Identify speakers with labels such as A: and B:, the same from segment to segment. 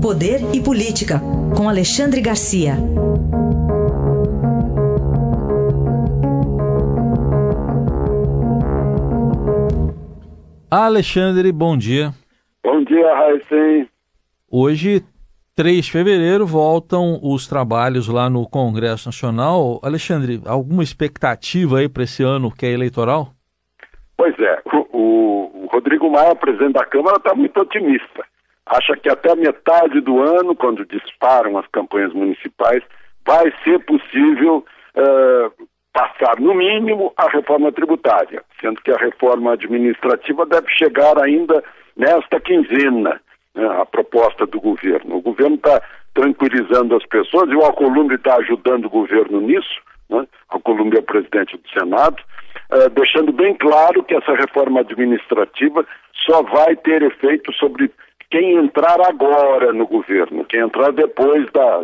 A: Poder e Política, com Alexandre Garcia.
B: Alexandre, bom dia.
C: Bom dia, Raíssen.
B: Hoje, 3 de fevereiro, voltam os trabalhos lá no Congresso Nacional. Alexandre, alguma expectativa aí para esse ano que é eleitoral?
C: Pois é, o Rodrigo Maia, presidente da Câmara, está muito otimista. Acha que até a metade do ano, quando disparam as campanhas municipais, vai ser possível passar, no mínimo, a reforma tributária, sendo que a reforma administrativa deve chegar ainda nesta quinzena, né, a proposta do governo. O governo está tranquilizando as pessoas e o Alcolumbre está ajudando o governo nisso, né? Alcolumbre é o presidente do Senado, deixando bem claro que essa reforma administrativa só vai ter efeito sobre quem entrar agora no governo, quem entrar depois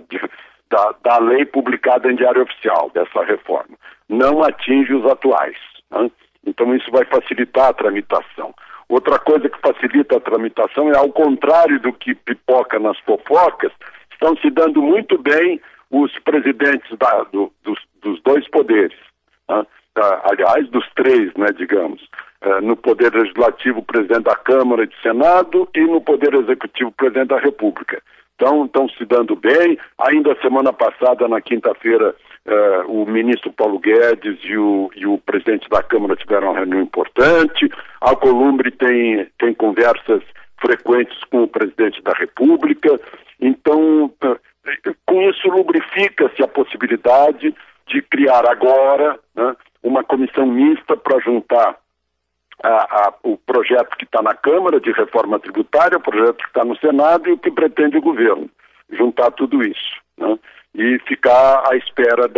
C: da lei publicada em Diário Oficial, dessa reforma. Não atinge os atuais, né? Então isso vai facilitar a tramitação. Outra coisa que facilita a tramitação é, ao contrário do que pipoca nas fofocas, estão se dando muito bem os presidentes dos dois poderes, né? Aliás, dos três, né, digamos. No Poder Legislativo, o presidente da Câmara e do Senado, e no Poder Executivo, o presidente da República. Então, estão se dando bem. Ainda semana passada, na quinta-feira, o ministro Paulo Guedes e o presidente da Câmara tiveram uma reunião importante. A Alcolumbre tem conversas frequentes com o presidente da República. Então, com isso, lubrifica-se a possibilidade de criar agora, né, uma comissão mista para juntar o projeto que está na Câmara de reforma tributária, o projeto que está no Senado e o que pretende o governo. Juntar tudo isso, né, e ficar à espera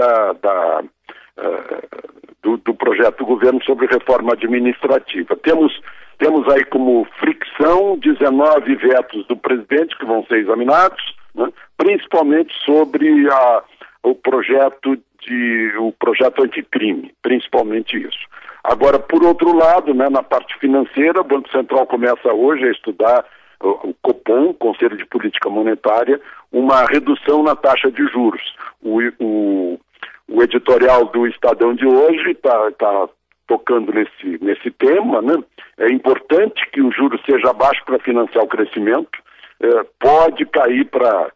C: do projeto do governo sobre reforma administrativa. Temos aí como fricção 19 vetos do presidente que vão ser examinados, né, principalmente sobre o projeto anticrime, principalmente isso. Agora, por outro lado, né, na parte financeira, o Banco Central começa hoje a estudar, o Copom, Conselho de Política Monetária, uma redução na taxa de juros. O editorial do Estadão de hoje está tocando nesse tema, né? É importante que o juro seja baixo para financiar o crescimento, pode cair para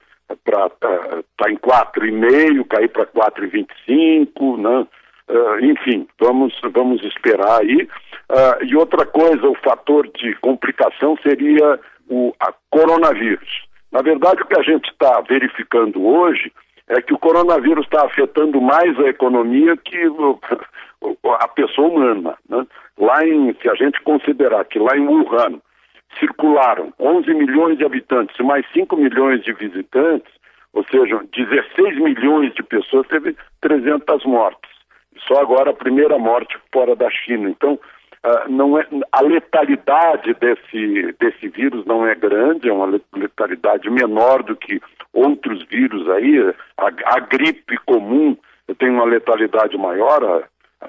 C: tá em 4,5, cair para 4,25, né? Enfim, vamos esperar aí. E outra coisa, o fator de complicação seria a coronavírus. Na verdade, o que a gente está verificando hoje é que o coronavírus está afetando mais a economia que a pessoa humana, né? Se a gente considerar que lá em Wuhan circularam 11 milhões de habitantes e mais 5 milhões de visitantes, ou seja, 16 milhões de pessoas, teve 300 mortes. Só agora a primeira morte fora da China. Então, a letalidade desse vírus não é grande, é uma letalidade menor do que outros vírus aí. A gripe comum tem uma letalidade maior, a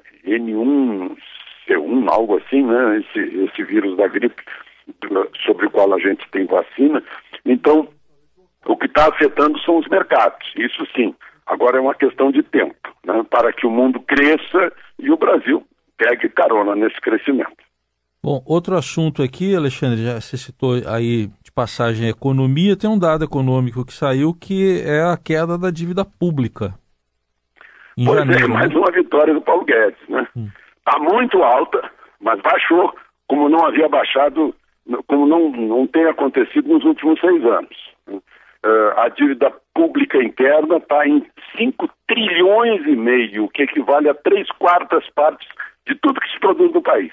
C: N1C1, algo assim, né? Esse vírus da gripe sobre o qual a gente tem vacina. Então, o que está afetando são os mercados, isso sim. Agora é uma questão de tempo, né, para que o mundo cresça e o Brasil pegue carona nesse crescimento.
B: Bom, outro assunto aqui, Alexandre, já você citou aí de passagem a economia, tem um dado econômico que saiu que é a queda da dívida pública em janeiro.
C: Mais uma vitória do Paulo Guedes, né? Está muito alta, mas baixou, como não havia baixado, como não tem acontecido nos últimos 6 anos. A dívida pública interna está em 5 trilhões e meio, o que equivale a 3/4 partes de tudo que se produz no país.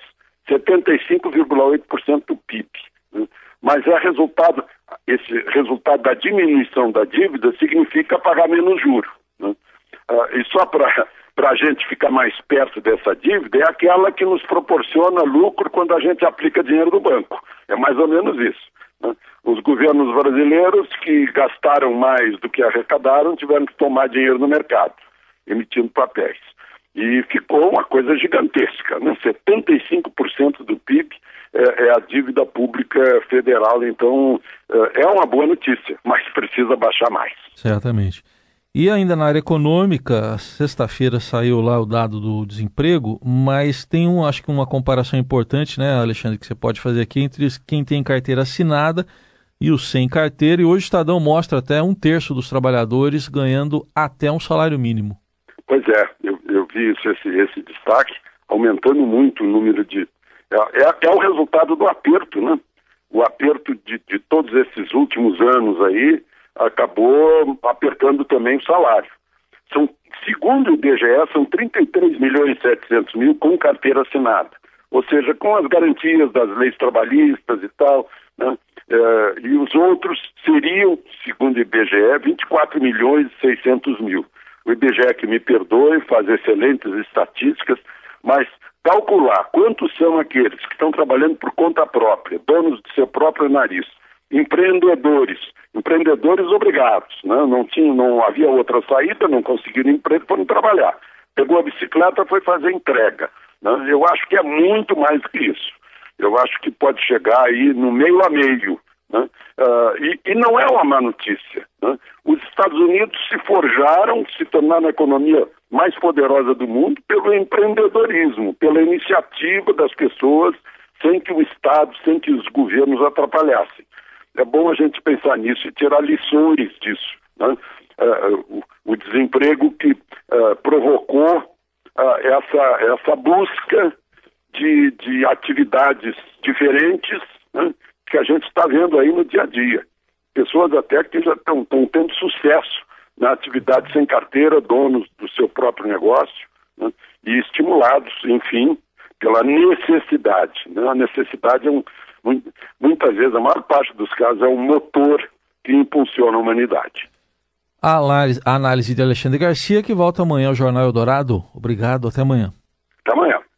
C: 75,8% do PIB. Né? Mas esse resultado da diminuição da dívida significa pagar menos juros. Né? E só para a gente ficar mais perto dessa dívida, é aquela que nos proporciona lucro quando a gente aplica dinheiro do banco. É mais ou menos isso. Né? Os governos brasileiros que gastaram mais do que arrecadaram tiveram que tomar dinheiro no mercado, emitindo papéis. E ficou uma coisa gigantesca, né? 75% do PIB é a dívida pública federal, então é uma boa notícia, mas precisa baixar mais.
B: Certamente. E ainda na área econômica, sexta-feira saiu lá o dado do desemprego, mas tem acho que uma comparação importante, né, Alexandre, que você pode fazer aqui entre quem tem carteira assinada e os sem carteira, e hoje o Estadão mostra até 1/3 dos trabalhadores ganhando até um salário mínimo.
C: Pois é, eu vi esse destaque, aumentando muito o número de... É o resultado do aperto, né? O aperto de todos esses últimos anos aí acabou apertando também o salário. Segundo o IBGE, são 33.700.000 com carteira assinada, ou seja, com as garantias das leis trabalhistas e tal, né? E os outros seriam, segundo o IBGE, 24.600.000. O IBGE, que me perdoe, faz excelentes estatísticas, mas calcular quantos são aqueles que estão trabalhando por conta própria, donos de seu próprio nariz, empreendedores obrigados, né? Não havia outra saída, não conseguiram emprego, foram trabalhar. Pegou a bicicleta, foi fazer entrega, né? Eu acho que é muito mais do que isso. Eu acho que pode chegar aí no meio a meio, né? E não é uma má notícia, né? Os Estados Unidos se forjaram, se tornaram a economia mais poderosa do mundo pelo empreendedorismo, pela iniciativa das pessoas, sem que o Estado, sem que os governos atrapalhassem. É bom a gente pensar nisso e tirar lições disso, né? O desemprego que provocou essa busca de atividades diferentes, né, que a gente está vendo aí no dia a dia. Pessoas até que já estão tendo sucesso na atividade sem carteira, donos do seu próprio negócio, né, e estimulados, enfim, pela necessidade, né? A necessidade muitas vezes, a maior parte dos casos, é um motor que impulsiona a humanidade.
B: A análise de Alexandre Garcia, que volta amanhã ao Jornal Eldorado. Obrigado, até amanhã.
C: Até amanhã.